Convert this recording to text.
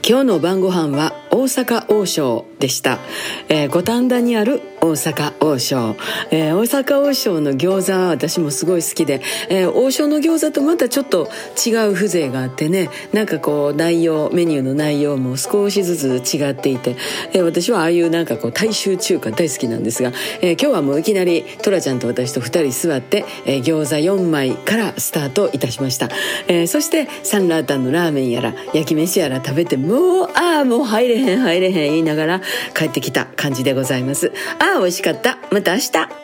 今日の晩ご飯は大阪王将でした。五反田にある大阪王将、大阪王将の餃子は私もすごい好きで、王将の餃子とまたちょっと違う風情があってね、なんかこうメニューの内容も少しずつ違っていて、私はああいうなんかこう大衆中華大好きなんですが、今日はもういきなりトラちゃんと私と2人座って、餃子4枚からスタートいたしました。そしてサンラータンのラーメンやら焼き飯やら食べて、もう入れへん言いながら帰ってきた感じでございます。美味しかった。また明日。